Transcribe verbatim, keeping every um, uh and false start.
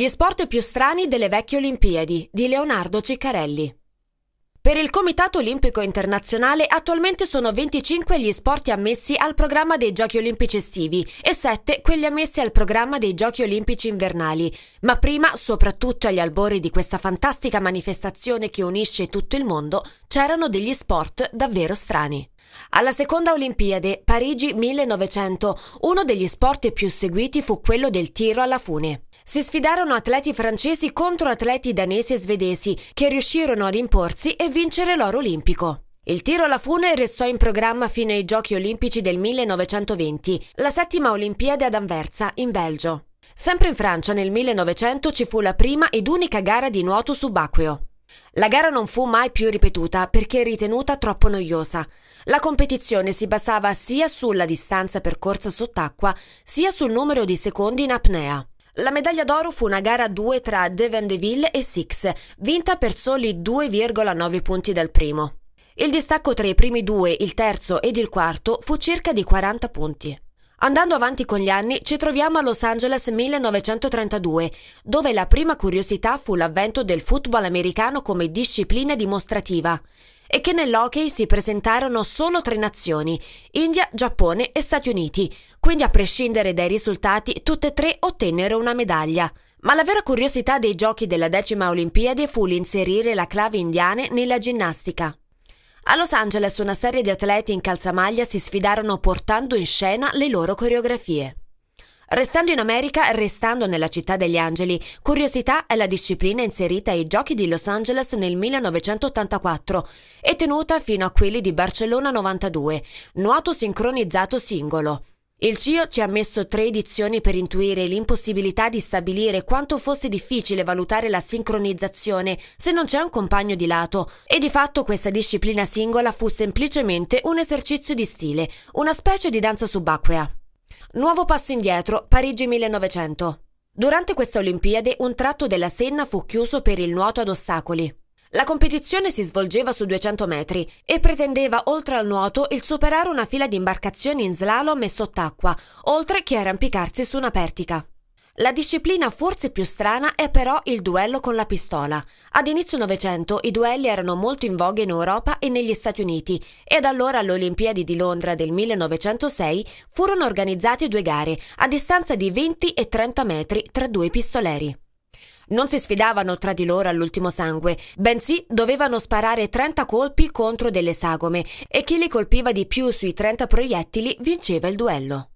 Gli sport più strani delle vecchie Olimpiadi di Leonardo Ciccarelli. Per il Comitato Olimpico Internazionale attualmente sono venticinque gli sport ammessi al programma dei Giochi Olimpici estivi e sette quelli ammessi al programma dei Giochi Olimpici invernali, ma prima, soprattutto agli albori di questa fantastica manifestazione che unisce tutto il mondo, c'erano degli sport davvero strani. Alla seconda Olimpiade, Parigi millenovecento, uno degli sport più seguiti fu quello del tiro alla fune. Si sfidarono atleti francesi contro atleti danesi e svedesi che riuscirono ad imporsi e vincere l'oro olimpico. Il tiro alla fune restò in programma fino ai Giochi Olimpici del millenovecentoventi, la settima Olimpiade ad Anversa, in Belgio. Sempre in Francia nel millenovecento ci fu la prima ed unica gara di nuoto subacqueo. La gara non fu mai più ripetuta perché ritenuta troppo noiosa. La competizione si basava sia sulla distanza percorsa sott'acqua sia sul numero di secondi in apnea. La medaglia d'oro fu una gara a due tra De Vandeville e Six, vinta per soli due virgola nove punti dal primo. Il distacco tra i primi due, il terzo ed il quarto fu circa di quaranta punti. Andando avanti con gli anni ci troviamo a Los Angeles millenovecentotrentadue, dove la prima curiosità fu l'avvento del football americano come disciplina dimostrativa e che nell'hockey si presentarono solo tre nazioni, India, Giappone e Stati Uniti, quindi a prescindere dai risultati tutte e tre ottennero una medaglia. Ma la vera curiosità dei giochi della decima Olimpiade fu l'inserire la clave indiane nella ginnastica. A Los Angeles una serie di atleti in calzamaglia si sfidarono portando in scena le loro coreografie. Restando in America, restando nella città degli angeli, curiosità è la disciplina inserita ai Giochi di Los Angeles nel millenovecentottantaquattro e tenuta fino a quelli di Barcellona novantadue, nuoto sincronizzato singolo. Il C I O ci ha messo tre edizioni per intuire l'impossibilità di stabilire quanto fosse difficile valutare la sincronizzazione se non c'è un compagno di lato, e di fatto questa disciplina singola fu semplicemente un esercizio di stile, una specie di danza subacquea. Nuovo passo indietro, Parigi millenovecento. Durante questa Olimpiade un tratto della Senna fu chiuso per il nuoto ad ostacoli. La competizione si svolgeva su duecento metri e pretendeva, oltre al nuoto, il superare una fila di imbarcazioni in slalom e sott'acqua, oltre che arrampicarsi su una pertica. La disciplina forse più strana è però il duello con la pistola. Ad inizio Novecento i duelli erano molto in voga in Europa e negli Stati Uniti e da allora alle Olimpiadi di Londra del millenovecentosei furono organizzate due gare a distanza di venti e trenta metri tra due pistoleri. Non si sfidavano tra di loro all'ultimo sangue, bensì dovevano sparare trenta colpi contro delle sagome e chi li colpiva di più sui trenta proiettili vinceva il duello.